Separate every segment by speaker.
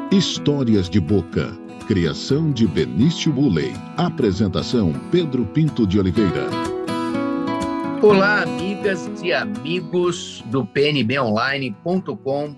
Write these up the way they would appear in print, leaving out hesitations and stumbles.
Speaker 1: Histórias de Boca. Criação de Benício Bulley. Apresentação Pedro Pinto de Oliveira.
Speaker 2: Olá, amigas e amigos do pnbonline.com.br.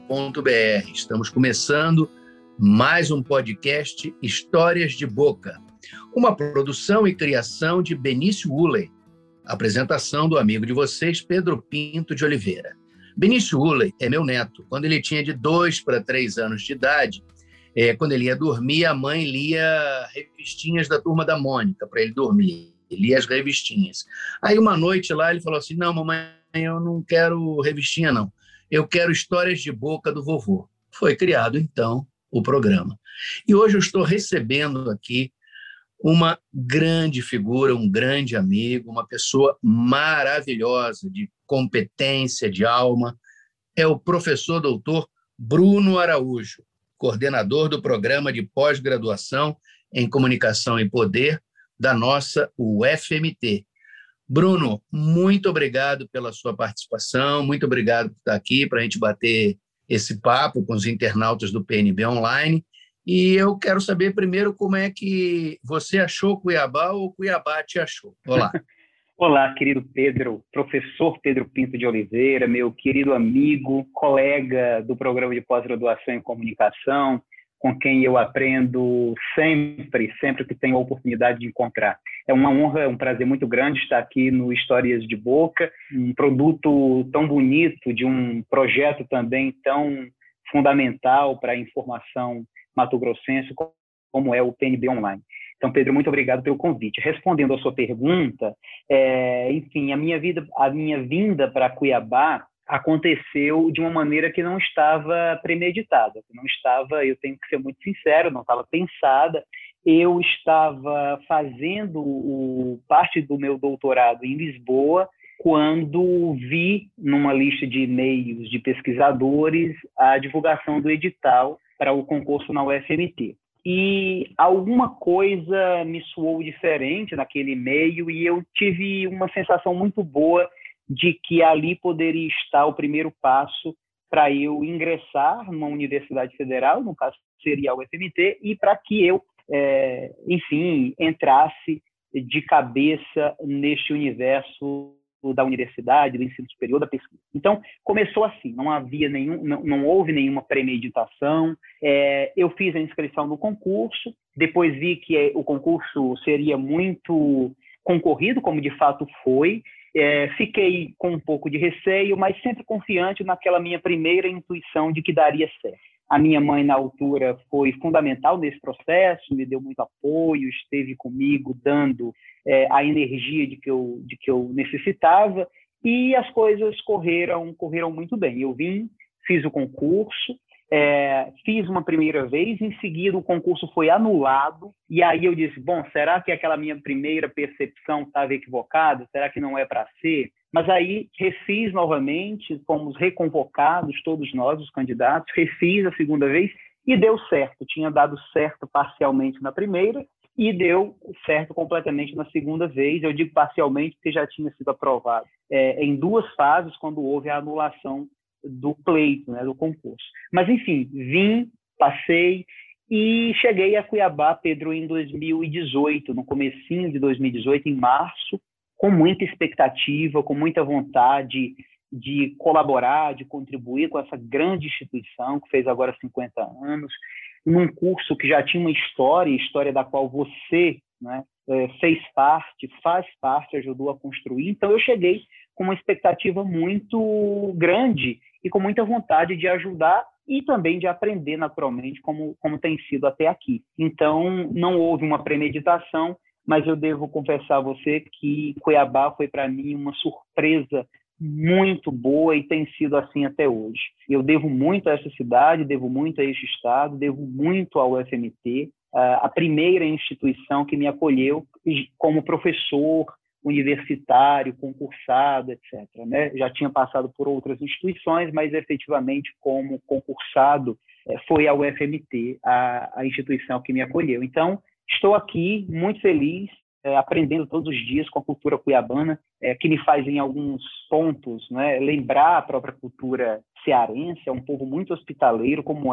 Speaker 2: Estamos começando mais um podcast Histórias de Boca, uma produção e criação de Benício Bulley. Apresentação do amigo de vocês, Pedro Pinto de Oliveira. Benício Bulley é meu neto. Quando ele tinha de 2 para 3 anos de idade, quando ele ia dormir, a mãe lia revistinhas da Turma da Mônica para ele dormir. Ele lia as revistinhas. Aí, uma noite lá, ele falou assim, não, mamãe, eu não quero revistinha, não. Eu quero Histórias de Boca do vovô. Foi criado, então, o programa. E hoje eu estou recebendo aqui uma grande figura, um grande amigo, uma pessoa maravilhosa, de competência, de alma. É o professor doutor Bruno Araújo, coordenador do programa de pós-graduação em Comunicação e Poder da nossa UFMT. Bruno, muito obrigado pela sua participação, muito obrigado por estar aqui para a gente bater esse papo com os internautas do PNB Online. E eu quero saber primeiro como é que você achou Cuiabá ou Cuiabá te achou. Olá.
Speaker 3: Olá, querido Pedro, professor Pedro Pinto de Oliveira, meu querido amigo, colega do programa de pós-graduação em comunicação, com quem eu aprendo sempre que tenho a oportunidade de encontrar. É uma honra, um prazer muito grande estar aqui no Histórias de Boca, um produto tão bonito, de um projeto também tão fundamental para a informação mato-grossense como é o PNB Online. Então, Pedro, muito obrigado pelo convite. Respondendo à sua pergunta, enfim, a minha vinda para Cuiabá aconteceu de uma maneira que não estava premeditada, eu tenho que ser muito sincero, não estava pensada. Eu estava fazendo parte do meu doutorado em Lisboa quando vi numa lista de e-mails de pesquisadores a divulgação do edital para o concurso na UFMT. E alguma coisa me soou diferente naquele e-mail e eu tive uma sensação muito boa de que ali poderia estar o primeiro passo para eu ingressar numa universidade federal, no caso seria a UFMT, e para que eu, enfim, entrasse de cabeça neste universo da universidade, do ensino superior, da pesquisa. Então, começou assim, não houve nenhuma premeditação. Eu fiz a inscrição no concurso, depois vi que o concurso seria muito concorrido, como de fato foi. Fiquei com um pouco de receio, mas sempre confiante naquela minha primeira intuição de que daria certo. A minha mãe, na altura, foi fundamental nesse processo, me deu muito apoio, esteve comigo dando a energia de que eu necessitava, e as coisas correram muito bem. Eu fiz o concurso, fiz uma primeira vez, em seguida o concurso foi anulado, e aí eu disse, bom, será que aquela minha primeira percepção estava equivocada? Será que não é para ser? Mas aí refiz novamente, fomos reconvocados, todos nós, os candidatos, refiz a segunda vez e deu certo. Tinha dado certo parcialmente na primeira e deu certo completamente na segunda vez. Eu digo parcialmente porque já tinha sido aprovado em 2 fases quando houve a anulação do pleito, né, do concurso. Mas, enfim, passei e cheguei a Cuiabá, Pedro, em 2018, no comecinho de 2018, em março, com muita expectativa, com muita vontade de colaborar, de contribuir com essa grande instituição que fez agora 50 anos, num curso que já tinha uma história da qual você, né, faz parte, ajudou a construir. Então, eu cheguei com uma expectativa muito grande e com muita vontade de ajudar e também de aprender naturalmente, como tem sido até aqui. Então, não houve uma premeditação, mas eu devo confessar a você que Cuiabá foi para mim uma surpresa muito boa e tem sido assim até hoje. Eu devo muito a essa cidade, devo muito a este estado, devo muito ao UFMT, a primeira instituição que me acolheu como professor universitário, concursado, etc., né? Já tinha passado por outras instituições, mas efetivamente como concursado foi a UFMT, a instituição que me acolheu. Então, estou aqui muito feliz, aprendendo todos os dias com a cultura cuiabana, que me faz, em alguns pontos, né, lembrar a própria cultura cearense. É um povo muito hospitaleiro, como é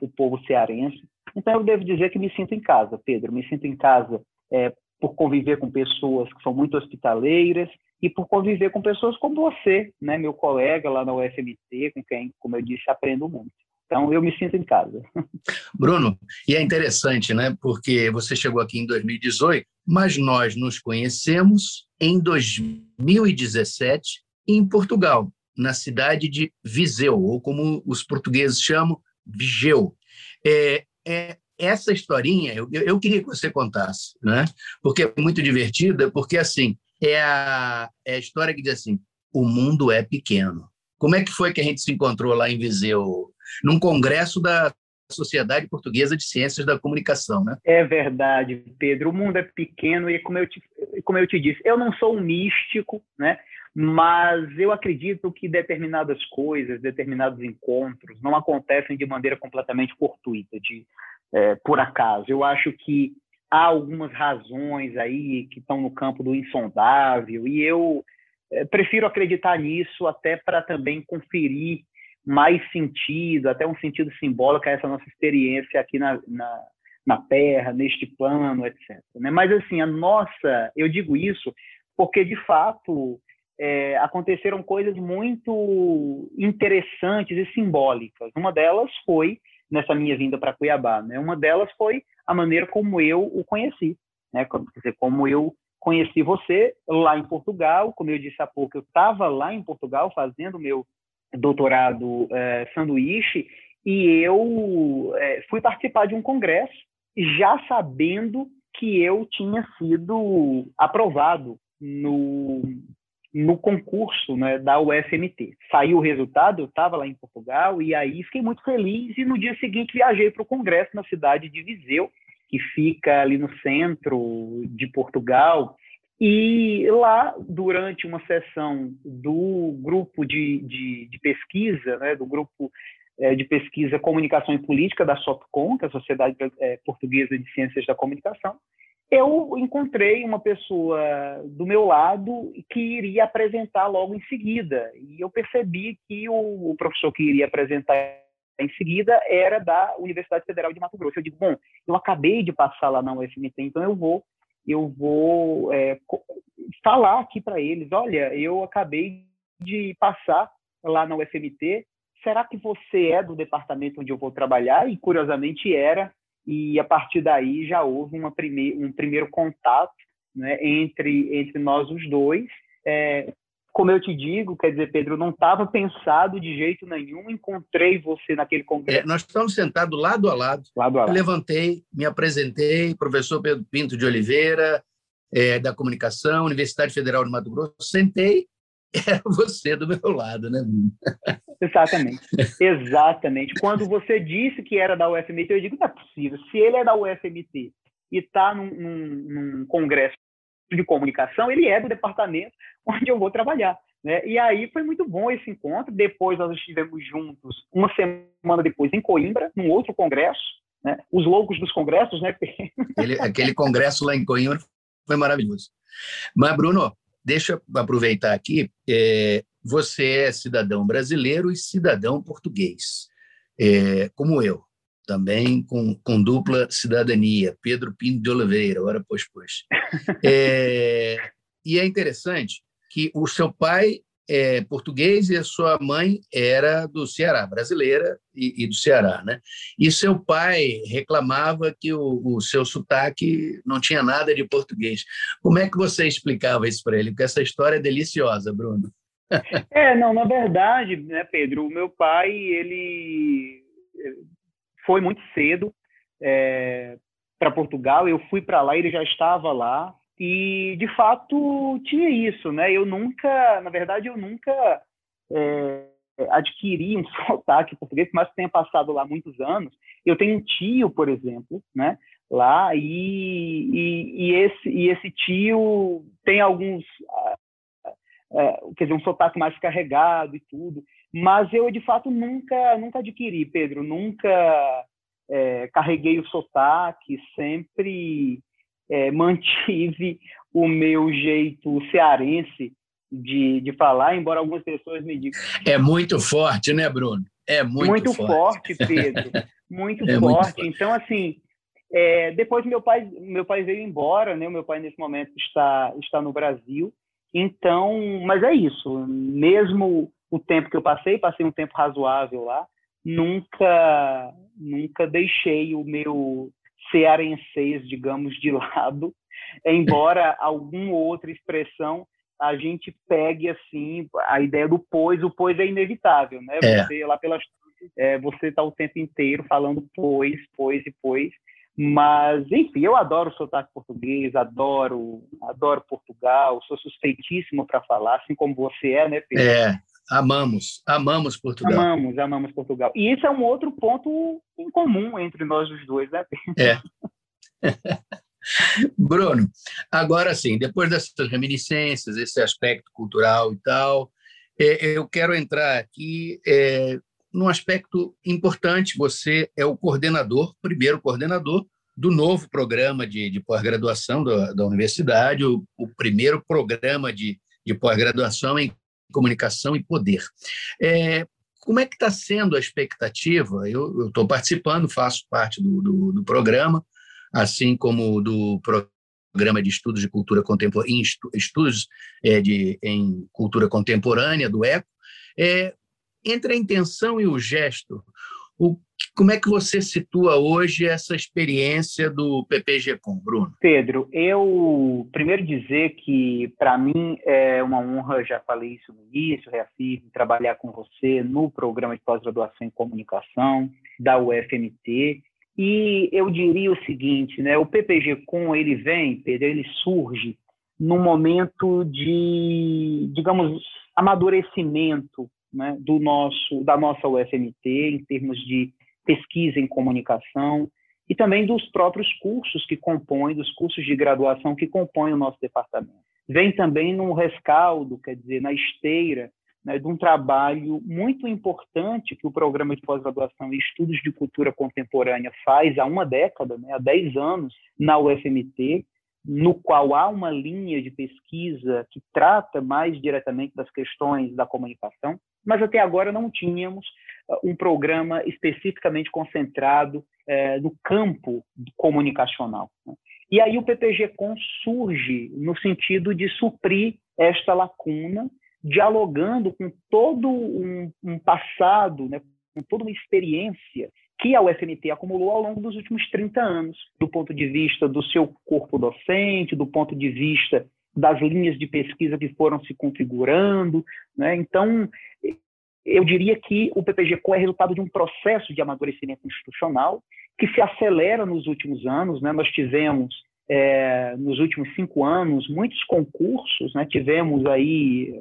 Speaker 3: o povo cearense. Então, eu devo dizer que me sinto em casa, Pedro. Me sinto em casa por conviver com pessoas que são muito hospitaleiras e por conviver com pessoas como você, né, meu colega lá na UFMT, com quem, como eu disse, aprendo muito. Então, eu me sinto em casa.
Speaker 2: Bruno, e é interessante, né? Porque você chegou aqui em 2018, mas nós nos conhecemos em 2017 em Portugal, na cidade de Viseu, ou como os portugueses chamam, Vigeu. Essa historinha eu queria que você contasse, né? Porque é muito divertida, porque assim, é a história que diz assim, o mundo é pequeno. Como é que foi que a gente se encontrou lá em Viseu, num congresso da Sociedade Portuguesa de Ciências da Comunicação, né?
Speaker 3: É verdade, Pedro. O mundo é pequeno e, como eu te disse, eu não sou um místico, né? Mas eu acredito que determinadas coisas, determinados encontros não acontecem de maneira completamente fortuita, por acaso. Eu acho que há algumas razões aí que estão no campo do insondável e eu prefiro acreditar nisso até para também conferir mais sentido, até um sentido simbólico a essa nossa experiência aqui na Terra, neste plano, etc. Mas, assim, eu digo isso porque, de fato, aconteceram coisas muito interessantes e simbólicas. Uma delas foi nessa minha vinda para Cuiabá, né? Uma delas foi a maneira como eu o conheci, né? Quer dizer, como eu conheci você lá em Portugal. Como eu disse há pouco, eu estava lá em Portugal fazendo meu doutorado sanduíche e eu fui participar de um congresso já sabendo que eu tinha sido aprovado no concurso, né, da UFMT. Saiu o resultado, eu estava lá em Portugal e aí fiquei muito feliz e no dia seguinte viajei para o congresso na cidade de Viseu, que fica ali no centro de Portugal. E lá, durante uma sessão do grupo de pesquisa, né, do grupo de pesquisa Comunicação e Política da SOPCOM, que é a Sociedade Portuguesa de Ciências da Comunicação, eu encontrei uma pessoa do meu lado que iria apresentar logo em seguida. E eu percebi que o professor que iria apresentar em seguida era da Universidade Federal de Mato Grosso. Eu digo, bom, eu acabei de passar lá na UFMT, então eu vou falar aqui para eles, olha, eu acabei de passar lá na UFMT, será que você é do departamento onde eu vou trabalhar? E, curiosamente, era, e a partir daí já houve um primeiro contato, né, entre nós os dois. Como eu te digo, quer dizer, Pedro, não estava pensado de jeito nenhum, encontrei você naquele congresso.
Speaker 2: Nós estamos sentados lado a lado. Eu levantei, me apresentei, professor Pedro Pinto de Oliveira, da Comunicação, Universidade Federal de Mato Grosso, sentei, era você do meu lado, né, Bruno?
Speaker 3: Exatamente. Quando você disse que era da UFMT, eu digo, não é possível. Se ele é da UFMT e está num congresso de comunicação, ele é do departamento onde eu vou trabalhar, né? E aí foi muito bom esse encontro. Depois nós estivemos juntos, uma semana depois, em Coimbra, num outro congresso, né? Os loucos dos congressos, né?
Speaker 2: Aquele congresso lá em Coimbra foi maravilhoso. Mas, Bruno, deixa eu aproveitar aqui. Você é cidadão brasileiro e cidadão português, como eu. Também com dupla cidadania, Pedro Pinto de Oliveira, ora pois. E é interessante que o seu pai é português e a sua mãe era do Ceará, brasileira e do Ceará, né? E seu pai reclamava que o seu sotaque não tinha nada de português. Como é que você explicava isso para ele? Porque essa história é deliciosa, Bruno.
Speaker 3: Não, na verdade, né, Pedro, o meu pai, ele foi muito cedo para Portugal, eu fui para lá, ele já estava lá, e de fato tinha isso, né? Eu nunca adquiri um sotaque português, mas tenha passado lá muitos anos. Eu tenho um tio, por exemplo, né, lá, e esse tio tem alguns, quer dizer, um sotaque mais carregado e tudo, mas eu de fato nunca adquiri, Pedro, nunca carreguei o sotaque, sempre mantive o meu jeito cearense de falar, embora algumas pessoas me digam...
Speaker 2: É muito forte, né, Bruno? É muito
Speaker 3: forte, Pedro. muito
Speaker 2: É muito
Speaker 3: forte.
Speaker 2: forte.
Speaker 3: Então, assim, depois meu pai veio embora, né? O meu pai, nesse momento, está no Brasil. Então, mas é isso. Mesmo o tempo que eu passei um tempo razoável lá, nunca deixei o meu cearenseis, digamos, de lado, embora alguma outra expressão a gente pegue assim a ideia do pois. O pois é inevitável, né?
Speaker 2: É,
Speaker 3: Você lá você está o tempo inteiro falando pois e pois. Mas, enfim, eu adoro o sotaque português, adoro Portugal, sou suspeitíssimo para falar, assim como você é, né, Pedro?
Speaker 2: amamos Portugal.
Speaker 3: Amamos Portugal. E isso é um outro ponto em comum entre nós os dois, né, Pedro?
Speaker 2: É. Bruno, agora sim, depois dessas reminiscências, esse aspecto cultural e tal, eu quero entrar aqui num aspecto importante. Você é o primeiro coordenador do novo programa de pós-graduação da universidade, o primeiro programa de pós-graduação em comunicação e poder. Como é que está sendo a expectativa? Eu estou participando, faço parte do programa, assim como do programa de estudos de cultura contemporânea, estudos em cultura contemporânea, do ECO. Entre a intenção e o gesto, como é que você situa hoje essa experiência do PPG-Com, Bruno?
Speaker 3: Pedro, eu primeiro dizer que para mim é uma honra, já falei isso no início, reafirmo, trabalhar com você no programa de pós-graduação em comunicação da UFMT. E eu diria o seguinte, né? O PPG-Com, ele vem, Pedro, ele surge num momento de, digamos, amadurecimento, né, da nossa UFMT em termos de pesquisa em comunicação e também dos próprios cursos dos cursos de graduação que compõem o nosso departamento. Vem também no rescaldo, quer dizer, na esteira, né, de um trabalho muito importante que o programa de pós-graduação em estudos de cultura contemporânea faz há uma década, né, há 10 anos, na UFMT, no qual há uma linha de pesquisa que trata mais diretamente das questões da comunicação, mas até agora não tínhamos um programa especificamente concentrado no campo comunicacional, né? E aí o PPG-Com surge no sentido de suprir esta lacuna, dialogando com todo um passado, né, com toda uma experiência que a UFMT acumulou ao longo dos últimos 30 anos, do ponto de vista do seu corpo docente, do ponto de vista das linhas de pesquisa que foram se configurando, né? Então, eu diria que o PPG-Com é resultado de um processo de amadurecimento institucional que se acelera nos últimos anos, né? Nós tivemos, nos últimos 5 anos, muitos concursos, né? Tivemos aí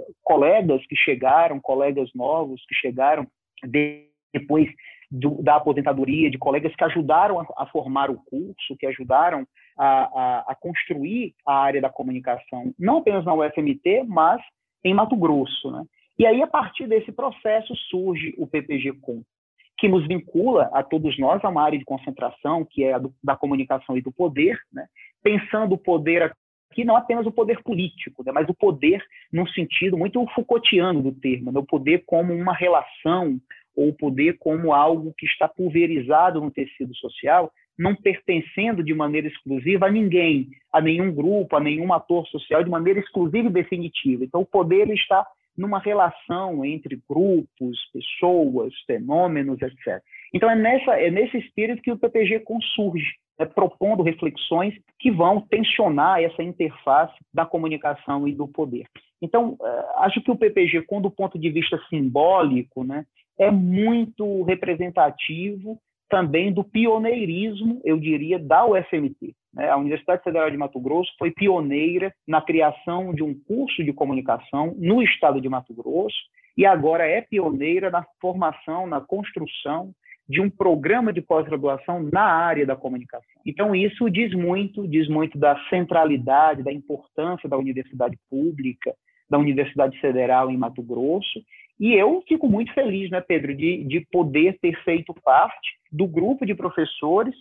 Speaker 3: colegas novos que chegaram depois da aposentadoria, de colegas que ajudaram a formar o curso, que ajudaram a construir a área da comunicação, não apenas na UFMT, mas em Mato Grosso, né? E aí, a partir desse processo, surge o PPG-Com, que nos vincula a todos nós a uma área de concentração, que é a da comunicação e do poder, né? Pensando o poder aqui não apenas o poder político, né? Mas o poder num sentido muito Foucaultiano do termo, né? O poder como uma relação, ou o poder como algo que está pulverizado no tecido social, não pertencendo de maneira exclusiva a ninguém, a nenhum grupo, a nenhum ator social, de maneira exclusiva e definitiva. Então, o poder está numa relação entre grupos, pessoas, fenômenos, etc. Então, é nesse espírito que o PPG-Com surge, né, propondo reflexões que vão tensionar essa interface da comunicação e do poder. Então, acho que o PPG-Com, do ponto de vista simbólico, né, é muito representativo também do pioneirismo, eu diria, da UFMT. A Universidade Federal de Mato Grosso foi pioneira na criação de um curso de comunicação no estado de Mato Grosso e agora é pioneira na formação, na construção de um programa de pós-graduação na área da comunicação. Então, isso diz muito da centralidade, da importância da universidade pública, da Universidade Federal em Mato Grosso. E eu fico muito feliz, né, Pedro, de poder ter feito parte do grupo de professores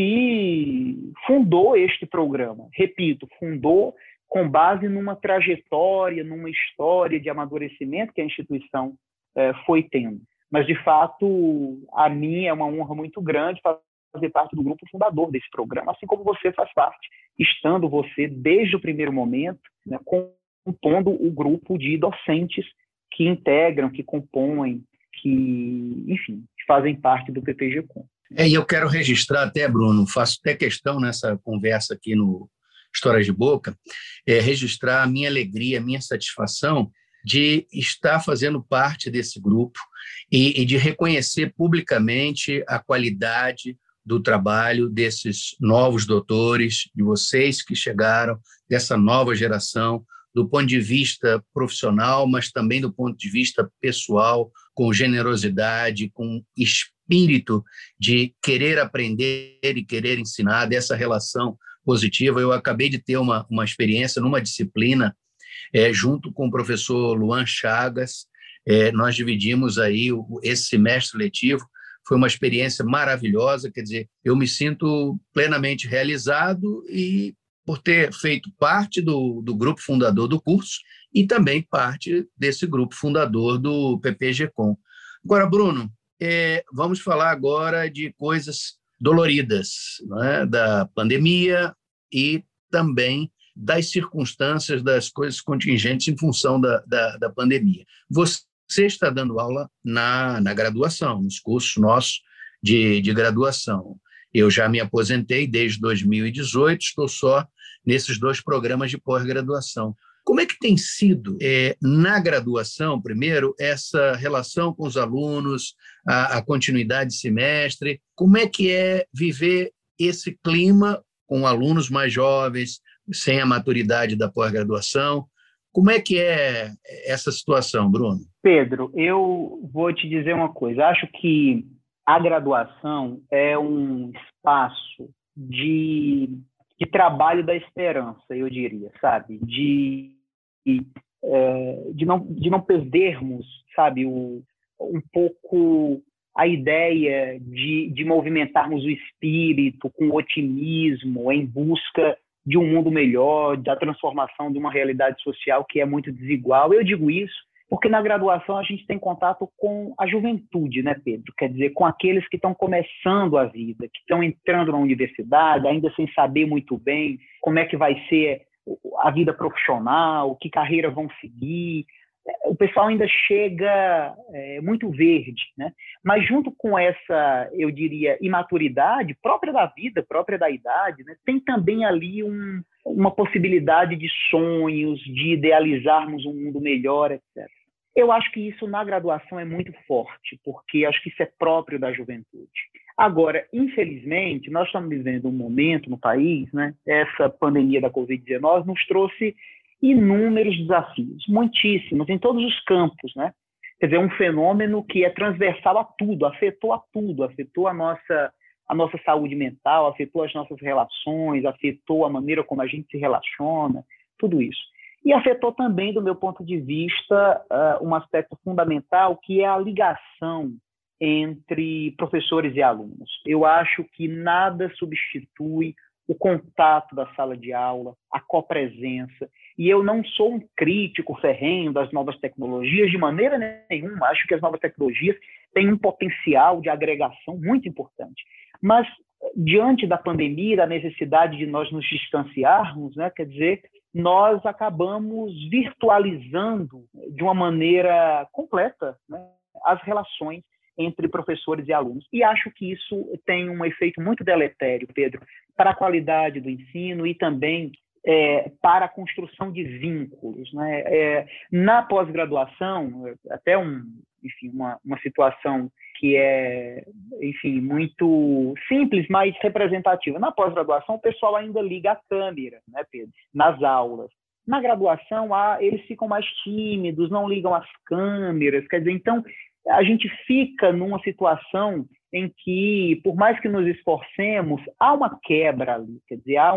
Speaker 3: que fundou este programa. Repito, fundou com base numa trajetória, numa história de amadurecimento que a instituição foi tendo. Mas, de fato, a mim é uma honra muito grande fazer parte do grupo fundador desse programa, assim como você faz parte, estando você, desde o primeiro momento, né, compondo o grupo de docentes que integram, que compõem, que, enfim, fazem parte do PPG-Com.
Speaker 2: E eu quero registrar até, Bruno, faço até questão nessa conversa aqui no Histórias de Boca, registrar a minha alegria, a minha satisfação de estar fazendo parte desse grupo e de reconhecer publicamente a qualidade do trabalho desses novos doutores, de vocês que chegaram, dessa nova geração, do ponto de vista profissional, mas também do ponto de vista pessoal, com generosidade, com espírito de querer aprender e querer ensinar, dessa relação positiva. Eu acabei de ter uma experiência numa disciplina, junto com o professor Luan Chagas, nós dividimos aí esse semestre letivo. Foi uma experiência maravilhosa, quer dizer, eu me sinto plenamente realizado e por ter feito parte do grupo fundador do curso e também parte desse grupo fundador do PPG-Com. Agora, Bruno, vamos falar agora de coisas doloridas, né, da pandemia e também das circunstâncias, das coisas contingentes em função da pandemia. Você está dando aula na graduação, nos cursos nossos de graduação. Eu já me aposentei desde 2018, estou só nesses 2 programas de pós-graduação. Como é que tem sido, na graduação, primeiro, essa relação com os alunos, a continuidade de semestre? Como é que é viver esse clima com alunos mais jovens, sem a maturidade da pós-graduação? Como é que é essa situação, Bruno?
Speaker 3: Pedro, eu vou te dizer uma coisa. Acho que a graduação é um espaço de trabalho da esperança, eu diria, sabe? De não perdermos, sabe, um pouco a ideia de movimentarmos o espírito com otimismo em busca de um mundo melhor, da transformação de uma realidade social que é muito desigual. Eu digo isso porque na graduação a gente tem contato com a juventude, né, Pedro? Quer dizer, com aqueles que estão começando a vida, que estão entrando na universidade, ainda sem saber muito bem como é que vai ser a vida profissional, que carreira vão seguir. O pessoal ainda chega muito verde, né? Mas junto com essa, eu diria, imaturidade própria da vida, própria da idade, né, tem também ali uma possibilidade de sonhos, de idealizarmos um mundo melhor, etc. Eu acho que isso na graduação é muito forte, porque acho que isso é próprio da juventude. Agora, infelizmente, nós estamos vivendo um momento no país, né? Essa pandemia da Covid-19 nos trouxe inúmeros desafios, muitíssimos, em todos os campos, né? Quer dizer, um fenômeno que é transversal a tudo, afetou a nossa saúde mental, afetou as nossas relações, afetou a maneira como a gente se relaciona, tudo isso. E afetou também, do meu ponto de vista, um aspecto fundamental, que é a ligação entre professores e alunos. Eu acho que nada substitui o contato da sala de aula, a copresença. E eu não sou um crítico ferrenho das novas tecnologias, de maneira nenhuma. Acho que as novas tecnologias têm um potencial de agregação muito importante. Mas, diante da pandemia, da necessidade de nós nos distanciarmos, né, quer dizer, nós acabamos virtualizando de uma maneira completa, né, as relações entre professores e alunos. E acho que isso tem um efeito muito deletério, Pedro, para a qualidade do ensino e também para a construção de vínculos, né? Na pós-graduação, até uma situação que é, enfim, muito simples, mas representativa. Na pós-graduação, o pessoal ainda liga a câmera, né, Pedro, nas aulas. Na graduação, eles ficam mais tímidos, não ligam as câmeras, quer dizer, então, a gente fica numa situação em que, por mais que nos esforcemos, há uma quebra ali, quer dizer, há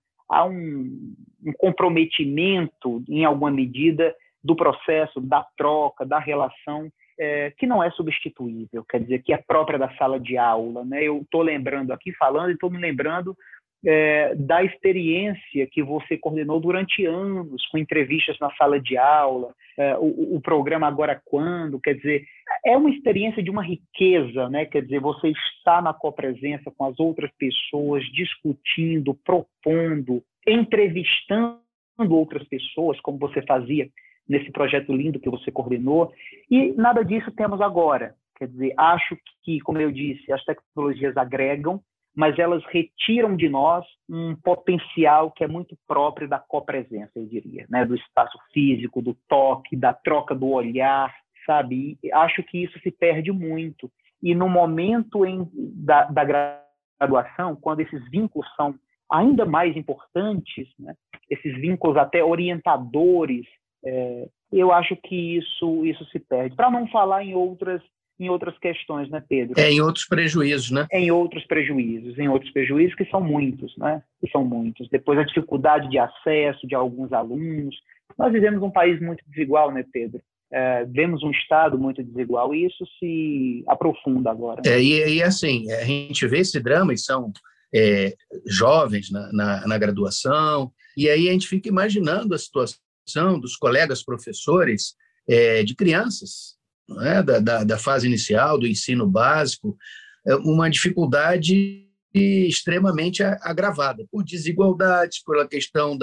Speaker 3: um comprometimento, em alguma medida, do processo, da troca, da relação, que não é substituível, quer dizer, que é própria da sala de aula, né? Eu estou lembrando aqui, falando, e estou me lembrando da experiência que você coordenou durante anos, com entrevistas na sala de aula, o programa Agora Quando, quer dizer, é uma experiência de uma riqueza, né? Quer dizer, você está na copresença com as outras pessoas, discutindo, propondo, entrevistando outras pessoas, como você fazia nesse projeto lindo que você coordenou, e nada disso temos agora. Quer dizer, acho que, como eu disse, as tecnologias agregam, mas elas retiram de nós um potencial que é muito próprio da copresença, eu diria, né? Do espaço físico, do toque, da troca do olhar, sabe? E acho que isso se perde muito. E no momento da graduação, quando esses vínculos são ainda mais importantes, né? Esses vínculos até orientadores, eu acho que isso se perde. Para não falar em outras questões, né, Pedro?
Speaker 2: Em outros prejuízos, né?
Speaker 3: Em outros prejuízos que são muitos, né? Que são muitos. Depois a dificuldade de acesso de alguns alunos. Nós vivemos um país muito desigual, né, Pedro? Vemos um Estado muito desigual e isso se aprofunda agora.
Speaker 2: Né? E assim, a gente vê esse drama e são jovens na graduação, e aí a gente fica imaginando a situação dos colegas professores de crianças, não é? da fase inicial, do ensino básico, uma dificuldade extremamente agravada por desigualdades, pela questão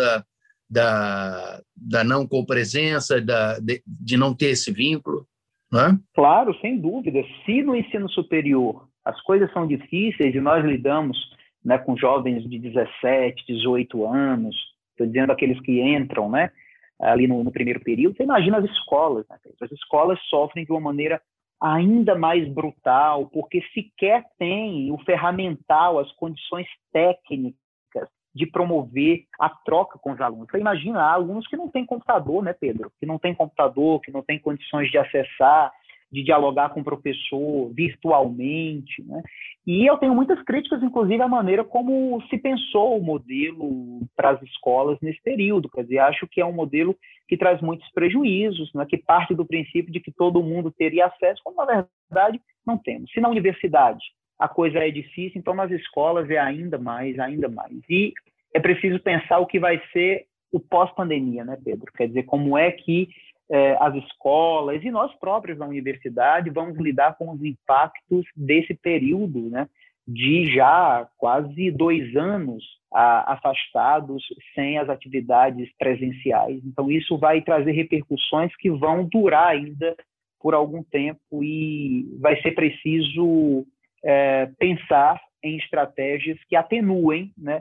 Speaker 2: da não copresença, de não ter esse vínculo. Não é?
Speaker 3: Claro, sem dúvida. Se no ensino superior as coisas são difíceis e nós lidamos, né, com jovens de 17, 18 anos, estou dizendo aqueles que entram, né, ali no primeiro período, você imagina as escolas. Né? As escolas sofrem de uma maneira ainda mais brutal, porque sequer tem o ferramental, as condições técnicas de promover a troca com os alunos. Você imagina, há alunos que não têm computador, né, Pedro? Que não têm computador, que não têm condições de acessar, de dialogar com o professor virtualmente, né? E eu tenho muitas críticas, inclusive, à maneira como se pensou o modelo para as escolas nesse período. Quer dizer, acho que é um modelo que traz muitos prejuízos, né? Que parte do princípio de que todo mundo teria acesso, quando, na verdade, não temos. Se na universidade a coisa é difícil, então nas escolas é ainda mais, ainda mais. E é preciso pensar o que vai ser o pós-pandemia, né, Pedro? Quer dizer, como é que as escolas e nós próprios na universidade vamos lidar com os impactos desse período, né, de já quase 2 anos afastados sem as atividades presenciais. Então, isso vai trazer repercussões que vão durar ainda por algum tempo e vai ser preciso pensar em estratégias que atenuem, né,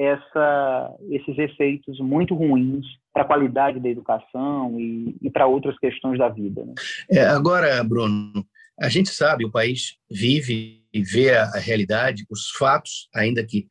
Speaker 3: esses efeitos muito ruins para a qualidade da educação e para outras questões da vida. Né?
Speaker 2: Agora, Bruno, a gente sabe, o país vive e vê a realidade, os fatos, ainda que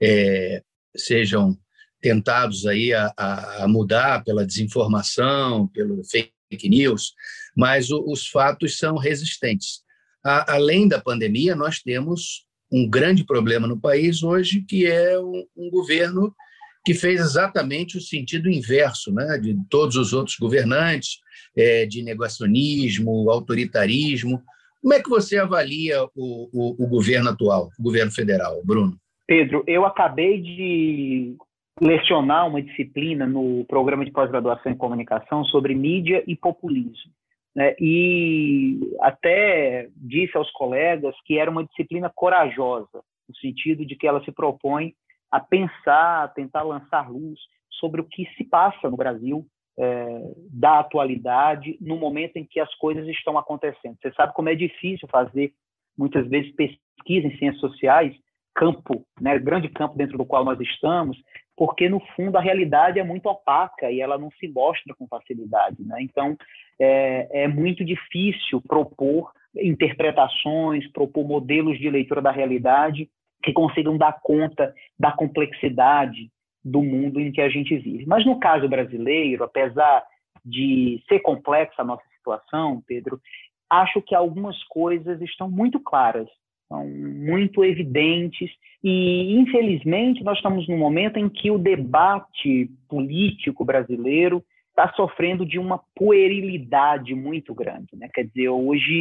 Speaker 2: sejam tentados aí a mudar pela desinformação, pelo fake news, mas os fatos são resistentes. Além da pandemia, nós temos um grande problema no país hoje, que é um governo que fez exatamente o sentido inverso, né, de todos os outros governantes, de negacionismo, autoritarismo. Como é que você avalia o governo atual, o governo federal, Bruno?
Speaker 3: Pedro, eu acabei de lecionar uma disciplina no programa de pós-graduação em comunicação sobre mídia e populismo. Né? E até disse aos colegas que era uma disciplina corajosa, no sentido de que ela se propõe a pensar, a tentar lançar luz sobre o que se passa no Brasil, da atualidade, no momento em que as coisas estão acontecendo. Você sabe como é difícil fazer, muitas vezes, pesquisa em ciências sociais, campo, né, grande campo dentro do qual nós estamos, porque, no fundo, a realidade é muito opaca e ela não se mostra com facilidade. Né? Então, é muito difícil propor interpretações, propor modelos de leitura da realidade que consigam dar conta da complexidade do mundo em que a gente vive. Mas, no caso brasileiro, apesar de ser complexa a nossa situação, Pedro, acho que algumas coisas estão muito claras, são muito evidentes e, infelizmente, nós estamos num momento em que o debate político brasileiro está sofrendo de uma puerilidade muito grande. Né? Quer dizer, hoje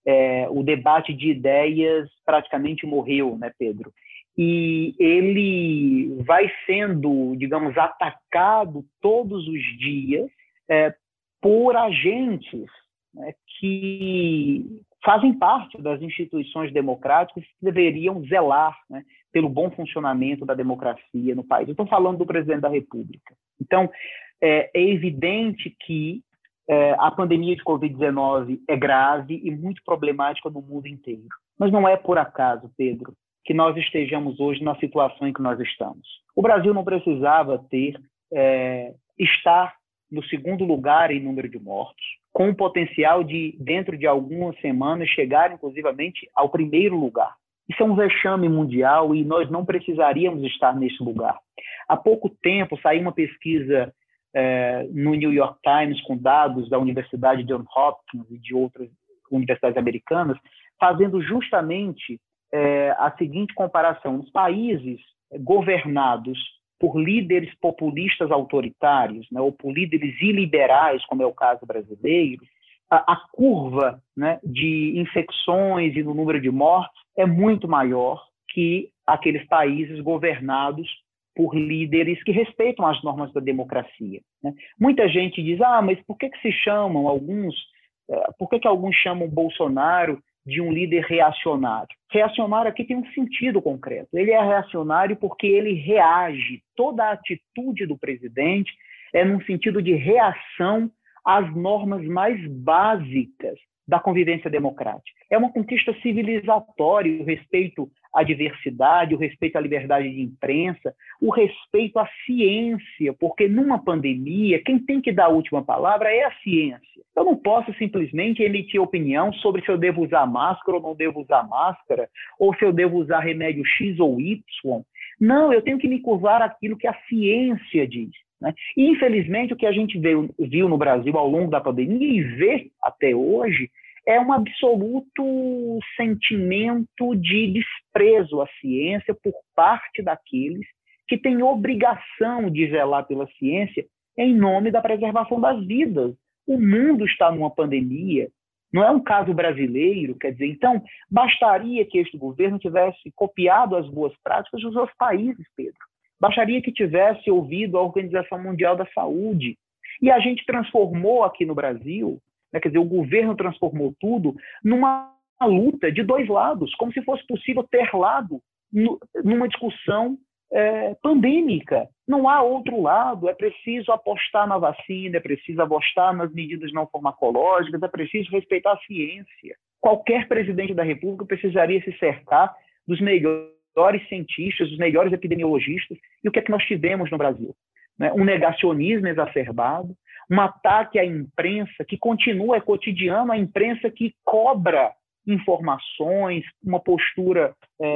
Speaker 3: o debate de ideias praticamente morreu, né, Pedro? E ele vai sendo, digamos, atacado todos os dias por agentes, né, que fazem parte das instituições democráticas que deveriam zelar, né, pelo bom funcionamento da democracia no país. Eu estou falando do presidente da República. Então, é evidente que a pandemia de Covid-19 é grave e muito problemática no mundo inteiro. Mas não é por acaso, Pedro, que nós estejamos hoje na situação em que nós estamos. O Brasil não precisava estar no segundo lugar em número de mortos, com o potencial de, dentro de algumas semanas, chegar, inclusivamente, ao primeiro lugar. Isso é um vexame mundial e nós não precisaríamos estar nesse lugar. Há pouco tempo saiu uma pesquisa no New York Times com dados da Universidade Johns Hopkins e de outras universidades americanas, fazendo justamente a seguinte comparação. Os países governados por líderes populistas autoritários, né, ou por líderes iliberais, como é o caso brasileiro, a curva, né, de infecções e no número de mortes é muito maior que aqueles países governados por líderes que respeitam as normas da democracia, né? Muita gente diz, mas por que se chamam por que alguns chamam Bolsonaro de um líder reacionário? Reacionário aqui tem um sentido concreto. Ele é reacionário porque ele reage. Toda a atitude do presidente é num sentido de reação às normas mais básicas da convivência democrática. É uma conquista civilizatória, o respeito à diversidade, o respeito à liberdade de imprensa, o respeito à ciência, porque numa pandemia, quem tem que dar a última palavra é a ciência. Eu não posso simplesmente emitir opinião sobre se eu devo usar máscara ou não devo usar máscara, ou se eu devo usar remédio X ou Y. Não, eu tenho que me curvar àquilo que a ciência diz, né? E, infelizmente, o que a gente viu no Brasil ao longo da pandemia e vê até hoje é um absoluto sentimento de desprezo à ciência por parte daqueles que têm obrigação de zelar pela ciência em nome da preservação das vidas. O mundo está numa pandemia, não é um caso brasileiro, quer dizer, então bastaria que este governo tivesse copiado as boas práticas dos outros países, Pedro. Bastaria que tivesse ouvido a Organização Mundial da Saúde. E a gente transformou aqui no Brasil, né, quer dizer, o governo transformou tudo numa luta de dois lados, como se fosse possível ter lado numa discussão pandêmica. Não há outro lado, é preciso apostar na vacina, é preciso apostar nas medidas não farmacológicas, é preciso respeitar a ciência. Qualquer presidente da República precisaria se cercar dos melhores cientistas, dos melhores epidemiologistas. E o que é que nós tivemos no Brasil? Um negacionismo exacerbado, um ataque à imprensa que continua, é cotidiano, a imprensa que cobra informações, uma postura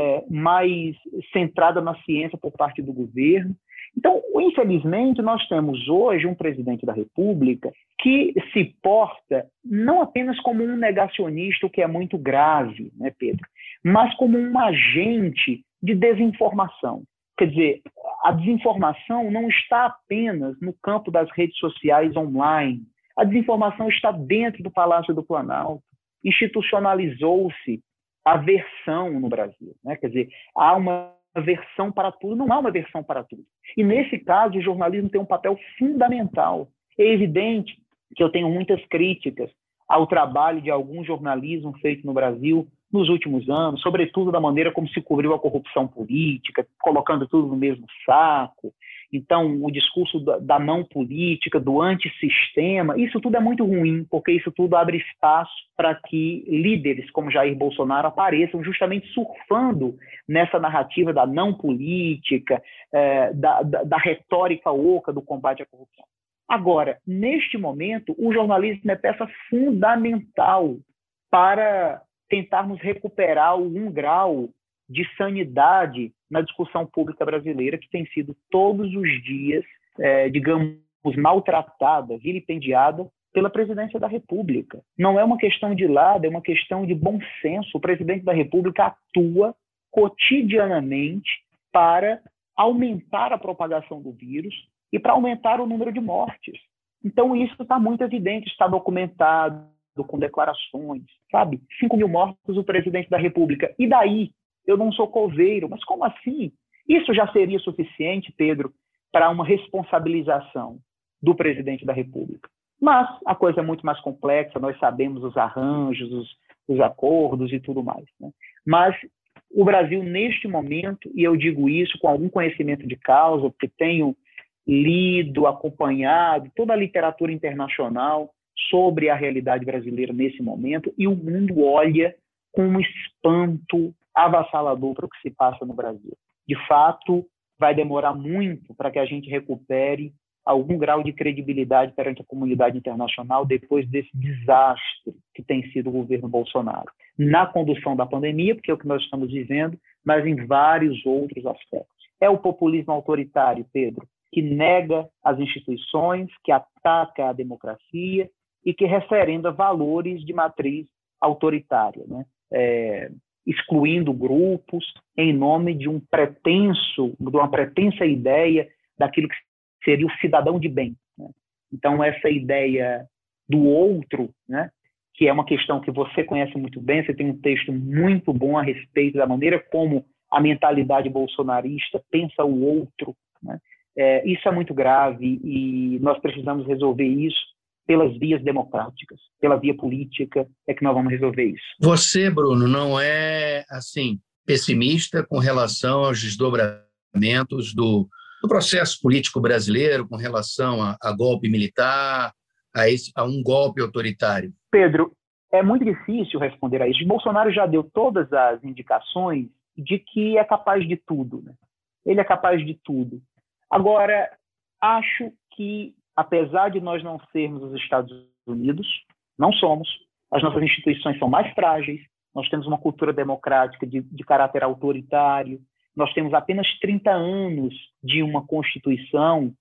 Speaker 3: mais centrada na ciência por parte do governo. Então, infelizmente, nós temos hoje um presidente da República que se porta não apenas como um negacionista, o que é muito grave, né, Pedro, mas como um agente de desinformação. Quer dizer, a desinformação não está apenas no campo das redes sociais online. A desinformação está dentro do Palácio do Planalto. Institucionalizou-se a versão no Brasil, né? Quer dizer, há uma versão para tudo, não há uma versão para tudo. E, nesse caso, o jornalismo tem um papel fundamental. É evidente que eu tenho muitas críticas ao trabalho de algum jornalismo feito no Brasil nos últimos anos, sobretudo da maneira como se cobriu a corrupção política, colocando tudo no mesmo saco. Então, o discurso da não política, do antissistema, isso tudo é muito ruim, porque isso tudo abre espaço para que líderes como Jair Bolsonaro apareçam justamente surfando nessa narrativa da não política, da retórica oca do combate à corrupção. Agora, neste momento, o jornalismo é peça fundamental para tentarmos recuperar algum grau de sanidade na discussão pública brasileira, que tem sido todos os dias, digamos, maltratada, vilipendiada pela presidência da República. Não é uma questão de lado, é uma questão de bom senso. O presidente da República atua cotidianamente para aumentar a propagação do vírus e para aumentar o número de mortes. Então, isso está muito evidente, está documentado com declarações, sabe? 5 mil mortos o presidente da República. E daí? Eu não sou coveiro. Mas como assim? Isso já seria suficiente, Pedro, para uma responsabilização do presidente da República. Mas a coisa é muito mais complexa, nós sabemos os arranjos, os acordos e tudo mais, né? Mas o Brasil, neste momento, e eu digo isso com algum conhecimento de causa, porque tenho lido, acompanhado toda a literatura internacional sobre a realidade brasileira nesse momento, e o mundo olha com um espanto avassalador para o que se passa no Brasil. De fato, vai demorar muito para que a gente recupere algum grau de credibilidade perante a comunidade internacional depois desse desastre que tem sido o governo Bolsonaro. Na condução da pandemia, porque é o que nós estamos vivendo, mas em vários outros aspectos. É o populismo autoritário, Pedro, que nega as instituições, que ataca a democracia e que referenda valores de matriz autoritária, né? Excluindo grupos em nome de uma pretensa ideia daquilo que seria o cidadão de bem, né? Então, essa ideia do outro, né, que é uma questão que você conhece muito bem, você tem um texto muito bom a respeito da maneira como a mentalidade bolsonarista pensa o outro, né? Isso é muito grave e nós precisamos resolver isso pelas vias democráticas, pela via política, é que nós vamos resolver isso.
Speaker 2: Você, Bruno, não é, assim, pessimista com relação aos desdobramentos do processo político brasileiro, com relação a golpe militar, a um golpe autoritário?
Speaker 3: Pedro, é muito difícil responder a isso. Bolsonaro já deu todas as indicações de que é capaz de tudo, né? Ele é capaz de tudo. Agora, acho que, apesar de nós não sermos os Estados Unidos, não somos, as nossas instituições são mais frágeis, nós temos uma cultura democrática de caráter autoritário, nós temos apenas 30 anos de uma Constituição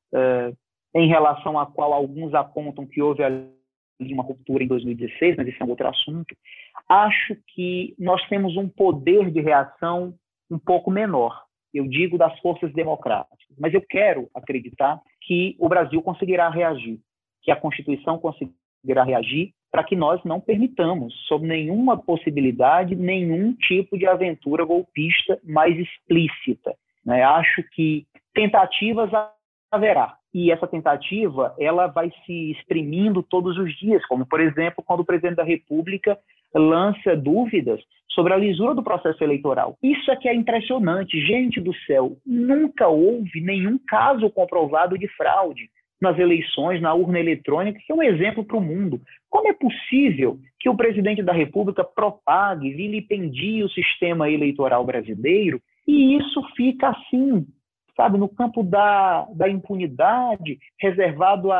Speaker 3: em relação à qual alguns apontam que houve ali uma ruptura em 2016, mas esse é um outro assunto. Acho que nós temos um poder de reação um pouco menor, eu digo das forças democráticas, mas eu quero acreditar que o Brasil conseguirá reagir, que a Constituição conseguirá reagir para que nós não permitamos, sob nenhuma possibilidade, nenhum tipo de aventura golpista mais explícita, né? Acho que tentativas haverá, e essa tentativa ela vai se exprimindo todos os dias, como, por exemplo, quando o presidente da República lança dúvidas sobre a lisura do processo eleitoral. Isso é que é impressionante. Gente do céu, nunca houve nenhum caso comprovado de fraude nas eleições, na urna eletrônica, que é um exemplo para o mundo. Como é possível que o presidente da República propague, vilipendie o sistema eleitoral brasileiro e isso fica assim, sabe, no campo da impunidade, reservado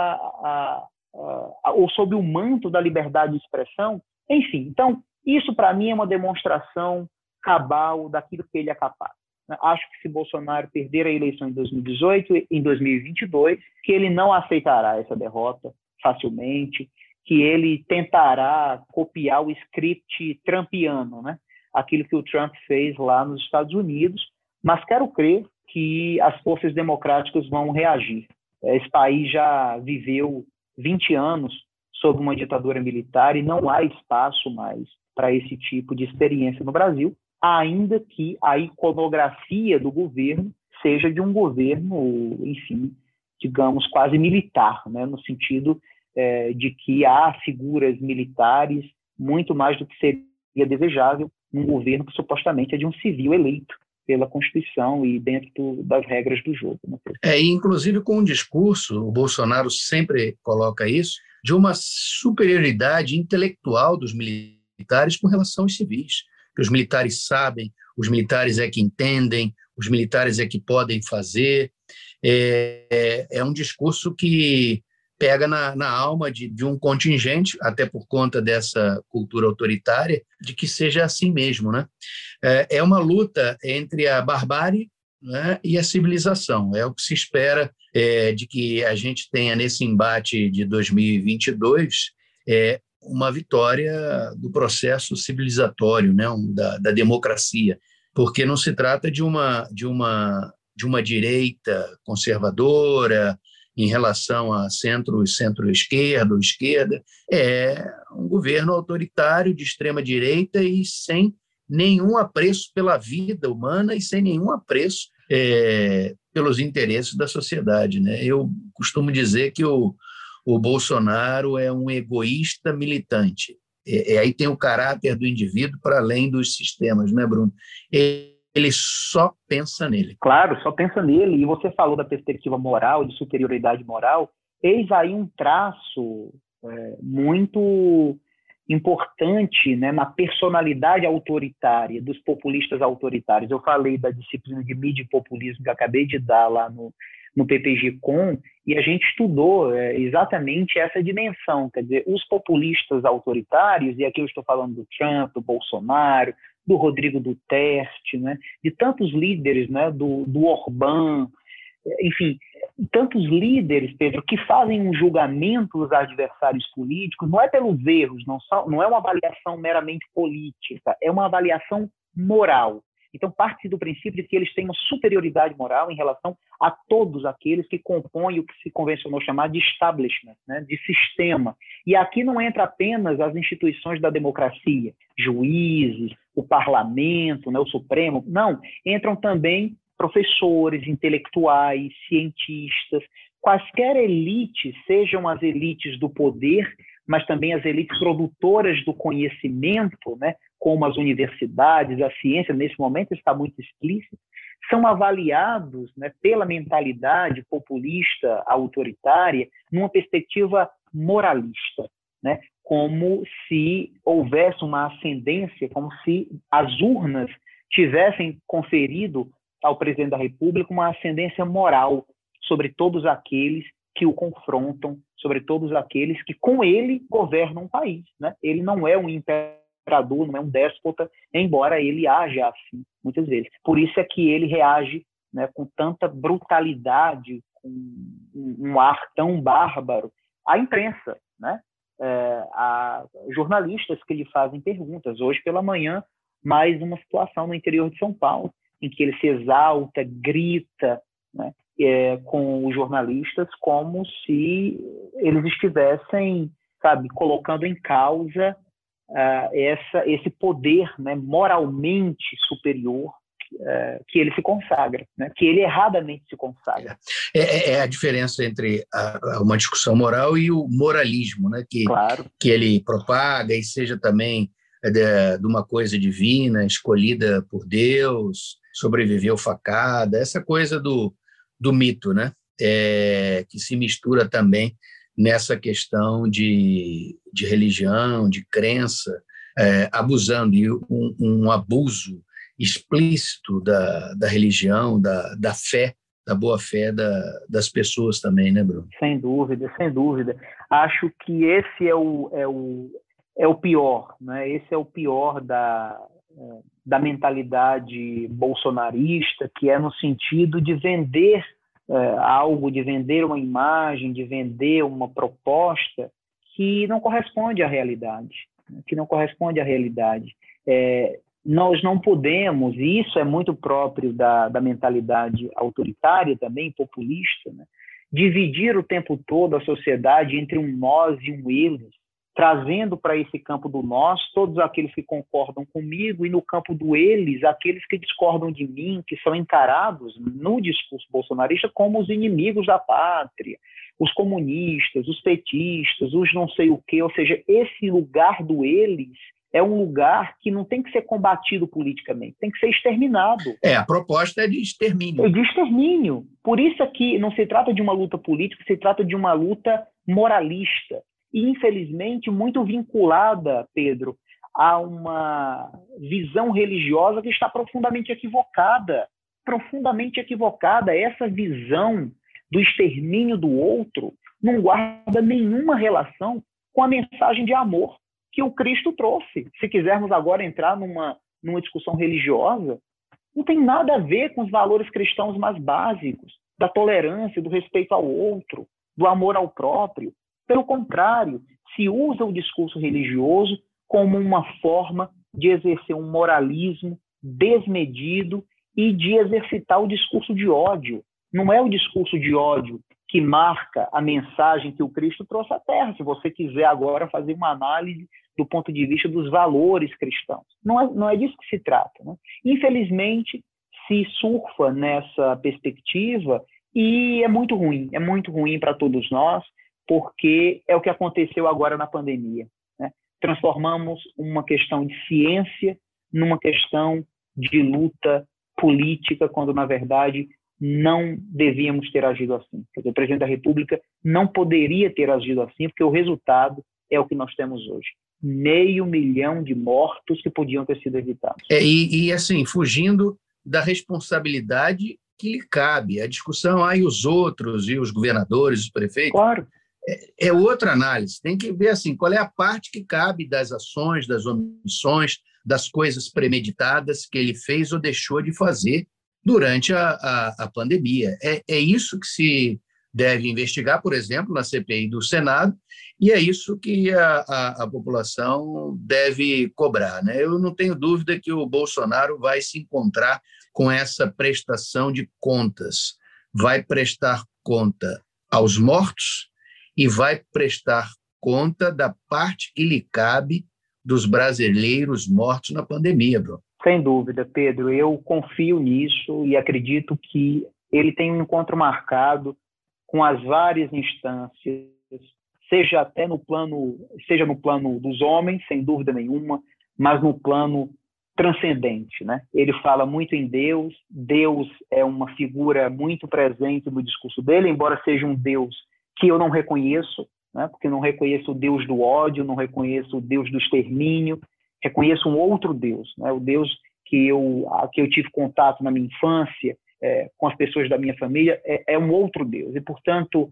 Speaker 3: ou sob o manto da liberdade de expressão? Enfim, então, isso para mim é uma demonstração cabal daquilo que ele é capaz. Acho que se Bolsonaro perder a eleição em 2018, em 2022, que ele não aceitará essa derrota facilmente, que ele tentará copiar o script trumpiano, né? Aquilo que o Trump fez lá nos Estados Unidos, mas quero crer que as forças democráticas vão reagir. Esse país já viveu 20 anos sob uma ditadura militar e não há espaço mais para esse tipo de experiência no Brasil, ainda que a iconografia do governo seja de um governo, enfim, digamos, quase militar, né? No sentido de que há figuras militares muito mais do que seria desejável num governo que supostamente é de um civil eleito pela Constituição e dentro das regras do jogo, né?
Speaker 2: Inclusive com o discurso, o Bolsonaro sempre coloca isso, de uma superioridade intelectual dos militares com relação aos civis. Que os militares sabem, os militares é que entendem, os militares é que podem fazer. É um discurso que pega na alma de um contingente, até por conta dessa cultura autoritária, de que seja assim mesmo, né? É uma luta entre a barbárie, né, e a civilização. É o que se espera de que a gente tenha nesse embate de 2022 uma vitória do processo civilizatório, né, da democracia, porque não se trata de uma direita conservadora em relação a centro-esquerda ou esquerda, é um governo autoritário de extrema-direita e sem nenhum apreço pela vida humana e sem nenhum apreço pelos interesses da sociedade, né? Eu costumo dizer que o Bolsonaro é um egoísta militante. Aí tem o caráter do indivíduo para além dos sistemas, né, Bruno? Ele só pensa nele.
Speaker 3: Claro, só pensa nele. E você falou da perspectiva moral, de superioridade moral. Eis aí um traço muito importante, né, na personalidade autoritária dos populistas autoritários. Eu falei da disciplina de mídia e populismo que acabei de dar lá no PPG-Com, e a gente estudou exatamente essa dimensão. Quer dizer, os populistas autoritários, e aqui eu estou falando do Trump, do Bolsonaro, do Rodrigo Duterte, né, de tantos líderes, né, do Orbán, enfim, tantos líderes, Pedro, que fazem um julgamento dos adversários políticos, não é pelos erros, não é uma avaliação meramente política, é uma avaliação moral. Então, parte do princípio de que eles têm uma superioridade moral em relação a todos aqueles que compõem o que se convencionou chamar de establishment, né, de sistema. E aqui não entra apenas as instituições da democracia, juízes, o parlamento, né, o Supremo, não, entram também professores, intelectuais, cientistas, quaisquer elites, sejam as elites do poder, mas também as elites produtoras do conhecimento, né, como as universidades, a ciência, nesse momento está muito explícito, são avaliados, né, pela mentalidade populista autoritária numa perspectiva moralista, né, como se houvesse uma ascendência, como se as urnas tivessem conferido ao presidente da República uma ascendência moral sobre todos aqueles que o confrontam, sobre todos aqueles que com ele governam um país, né? Ele não é um imperador, não é um déspota, embora ele haja assim, muitas vezes. Por isso é que ele reage, né, com tanta brutalidade, com um ar tão bárbaro à imprensa, né? A jornalistas que lhe fazem perguntas. Hoje pela manhã, mais uma situação no interior de São Paulo, em que ele se exalta, grita, né, com os jornalistas como se eles estivessem, sabe, colocando em causa esse poder, né, moralmente superior que ele se consagra, né, que ele erradamente se consagra.
Speaker 2: É a diferença entre uma discussão moral e o moralismo, né,
Speaker 3: Claro.
Speaker 2: Que ele propaga e seja também de uma coisa divina, escolhida por Deus, sobreviveu facada, essa coisa do mito, né? Que se mistura também nessa questão de religião, de crença, abusando, e um abuso explícito da religião, da fé, da boa-fé das pessoas também, né, Bruno?
Speaker 3: Sem dúvida, sem dúvida. Acho que esse é o pior, né? Esse é o pior da mentalidade bolsonarista, que é no sentido de vender algo, de vender uma imagem, de vender uma proposta que não corresponde à realidade, né? Que não corresponde à realidade. Nós não podemos, e isso é muito próprio da mentalidade autoritária também, populista, né? Dividir o tempo todo a sociedade entre um nós e um eles, trazendo para esse campo do nós todos aqueles que concordam comigo e no campo do eles, aqueles que discordam de mim, que são encarados no discurso bolsonarista como os inimigos da pátria, os comunistas, os petistas, os não sei o quê. Ou seja, esse lugar do eles é um lugar que não tem que ser combatido politicamente, tem que ser exterminado.
Speaker 2: A proposta é de extermínio.
Speaker 3: É de extermínio. Por isso aqui não se trata de uma luta política, se trata de uma luta moralista. E, infelizmente, muito vinculada, Pedro, a uma visão religiosa que está profundamente equivocada. Profundamente equivocada. Essa visão do extermínio do outro não guarda nenhuma relação com a mensagem de amor que o Cristo trouxe. Se quisermos agora entrar numa discussão religiosa, não tem nada a ver com os valores cristãos mais básicos, da tolerância, do respeito ao outro, do amor ao próprio. Pelo contrário, se usa o discurso religioso como uma forma de exercer um moralismo desmedido e de exercitar o discurso de ódio. Não é o discurso de ódio que marca a mensagem que o Cristo trouxe à Terra, se você quiser agora fazer uma análise do ponto de vista dos valores cristãos. Não é disso que se trata, né? Infelizmente, se surfa nessa perspectiva e é muito ruim para todos nós, porque é o que aconteceu agora na pandemia, né? Transformamos uma questão de ciência numa questão de luta política, quando, na verdade, não devíamos ter agido assim. Quer dizer, o presidente da República não poderia ter agido assim, porque o resultado é o que nós temos hoje. 500 mil de mortos que podiam ter sido evitados.
Speaker 2: Assim, fugindo da responsabilidade que lhe cabe. A discussão, e os outros, e os governadores, os prefeitos,
Speaker 3: claro,
Speaker 2: é outra análise. Tem que ver assim, qual é a parte que cabe das ações, das omissões, das coisas premeditadas que ele fez ou deixou de fazer durante a pandemia. É isso que se deve investigar, por exemplo, na CPI do Senado, e é isso que a população deve cobrar, né? Eu não tenho dúvida que o Bolsonaro vai se encontrar com essa prestação de contas. Vai prestar conta aos mortos e vai prestar conta da parte que lhe cabe dos brasileiros mortos na pandemia, Bruno.
Speaker 3: Sem dúvida, Pedro. Eu confio nisso e acredito que ele tem um encontro marcado com as várias instâncias, seja no plano dos homens, sem dúvida nenhuma, mas no plano transcendente, né? Ele fala muito em Deus. Deus é uma figura muito presente no discurso dele, embora seja um Deus que eu não reconheço, né? Porque não reconheço o Deus do ódio, não reconheço o Deus do extermínio, reconheço um outro Deus, né? O Deus que eu tive contato na minha infância, com as pessoas da minha família, é um outro Deus. E, portanto,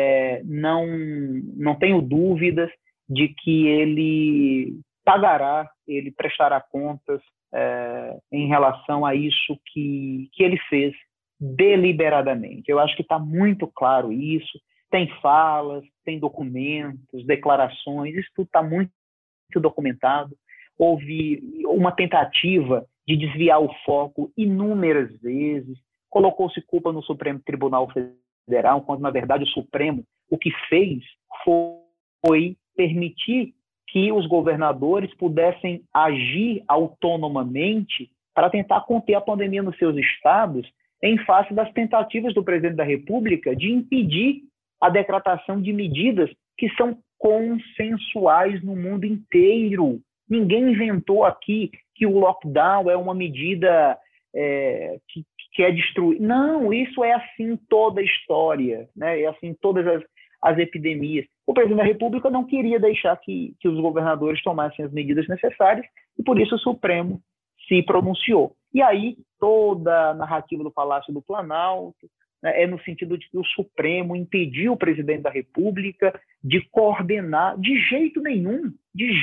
Speaker 3: não tenho dúvidas de que ele pagará, ele prestará contas em relação a isso que ele fez deliberadamente. Eu acho que está muito claro isso. Tem falas, tem documentos, declarações, isso tudo está muito documentado. Houve uma tentativa de desviar o foco inúmeras vezes, colocou-se culpa no Supremo Tribunal Federal, quando, na verdade, o Supremo o que fez foi permitir que os governadores pudessem agir autonomamente para tentar conter a pandemia nos seus estados, em face das tentativas do presidente da República de impedir a decretação de medidas que são consensuais no mundo inteiro. Ninguém inventou aqui que o lockdown é uma medida que é destruir. Não, isso é assim em toda a história, né? É assim em todas as epidemias. O presidente da República não queria deixar que os governadores tomassem as medidas necessárias e, por isso, o Supremo se pronunciou. E aí, toda a narrativa do Palácio do Planalto, né, é no sentido de que o Supremo impediu o presidente da República de coordenar de jeito nenhum.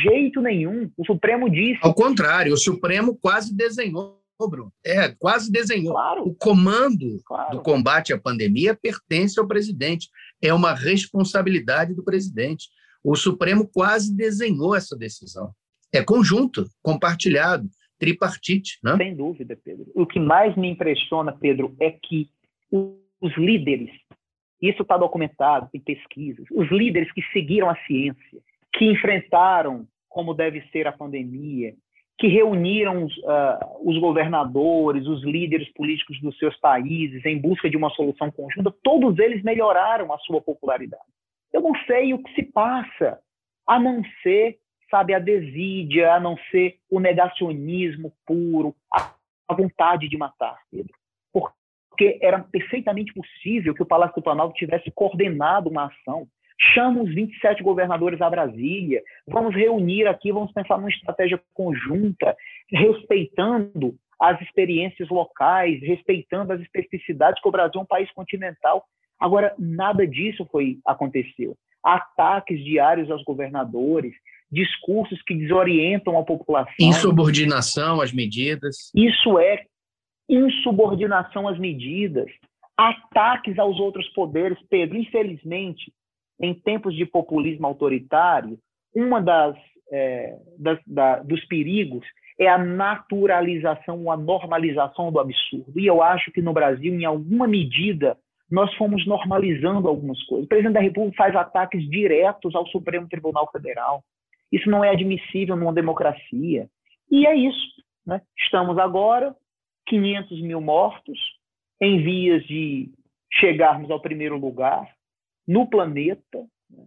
Speaker 3: O Supremo disse...
Speaker 2: Ao contrário, o Supremo quase desenhou, Bruno. Quase desenhou.
Speaker 3: Claro,
Speaker 2: o comando do combate à pandemia pertence ao presidente. É uma responsabilidade do presidente. O Supremo quase desenhou essa decisão. É conjunto, compartilhado, tripartite, né?
Speaker 3: Sem dúvida, Pedro. O que mais me impressiona, Pedro, é que os líderes, isso está documentado, tem pesquisas, os líderes que seguiram a ciência, que enfrentaram como deve ser a pandemia, que reuniram os governadores, os líderes políticos dos seus países em busca de uma solução conjunta, todos eles melhoraram a sua popularidade. Eu não sei o que se passa, a não ser, sabe, a desídia, a não ser o negacionismo puro, a vontade de matar, Pedro. Porque era perfeitamente possível que o Palácio do Planalto tivesse coordenado uma ação. Chama os 27 governadores a Brasília, vamos reunir aqui, vamos pensar numa estratégia conjunta, respeitando as experiências locais, respeitando as especificidades, que o Brasil é um país continental. Agora, nada disso aconteceu. Ataques diários aos governadores, discursos que desorientam a população.
Speaker 2: Insubordinação às medidas.
Speaker 3: Isso é insubordinação às medidas, ataques aos outros poderes. Pedro, infelizmente, em tempos de populismo autoritário, uma dos perigos é a naturalização, a normalização do absurdo. E eu acho que no Brasil, em alguma medida, nós fomos normalizando algumas coisas. O presidente da República faz ataques diretos ao Supremo Tribunal Federal. Isso não é admissível numa democracia. E é isso, né? Estamos agora, 500 mil mortos, em vias de chegarmos ao primeiro lugar no planeta,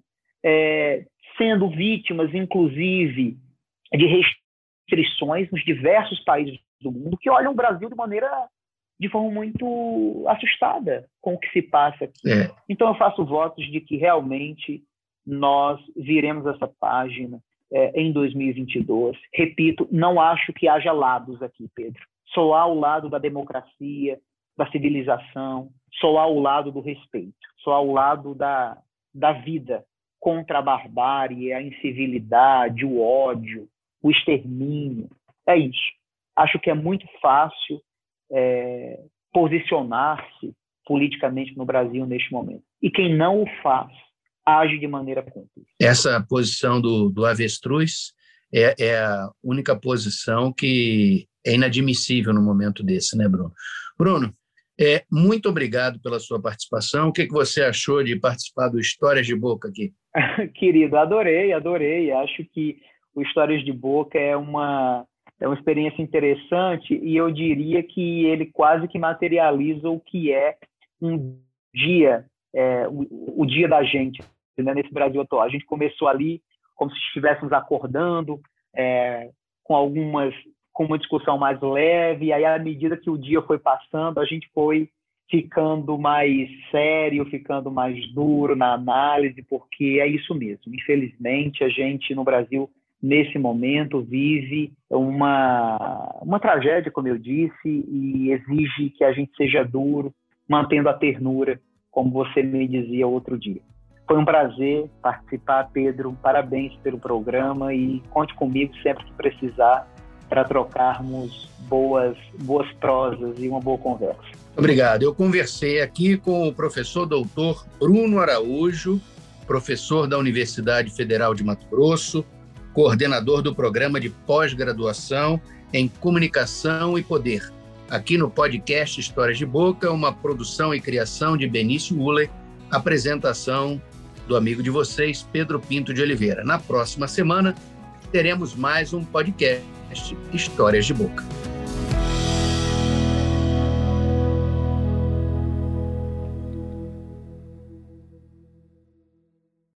Speaker 3: sendo vítimas, inclusive, de restrições nos diversos países do mundo que olham o Brasil de forma muito assustada com o que se passa aqui. Então, eu faço votos de que realmente nós viremos essa página em 2022. Repito, não acho que haja lados aqui, Pedro. Só há o lado da democracia, da civilização, só há o lado do respeito, só há o lado da vida contra a barbárie, a incivilidade, o ódio, o extermínio. É isso. Acho que é muito fácil posicionar-se politicamente no Brasil neste momento. E quem não o faz, age de maneira cúmplice.
Speaker 2: Essa posição do avestruz é a única posição que é inadmissível no momento desse, né, Bruno? Bruno, muito obrigado pela sua participação. O que você achou de participar do Histórias de Boca aqui?
Speaker 3: Querido, adorei. Acho que o Histórias de Boca é uma experiência interessante e eu diria que ele quase que materializa o que é um dia, o dia da gente, né, nesse Brasil atual. A gente começou ali como se estivéssemos acordando, com uma discussão mais leve, e aí, à medida que o dia foi passando, a gente foi ficando mais sério, ficando mais duro na análise, porque é isso mesmo. Infelizmente, a gente, no Brasil, nesse momento, vive uma tragédia, como eu disse, e exige que a gente seja duro, mantendo a ternura, como você me dizia outro dia. Foi um prazer participar, Pedro. Parabéns pelo programa e conte comigo sempre que precisar para trocarmos boas prosas e uma boa conversa.
Speaker 2: Obrigado. Eu conversei aqui com o professor doutor Bruno Araújo, professor da Universidade Federal de Mato Grosso, coordenador do programa de pós-graduação em Comunicação e Poder. Aqui no podcast Histórias de Boca, uma produção e criação de Benício Uller, apresentação do amigo de vocês, Pedro Pinto de Oliveira. Na próxima semana, teremos mais um podcast Histórias de Boca.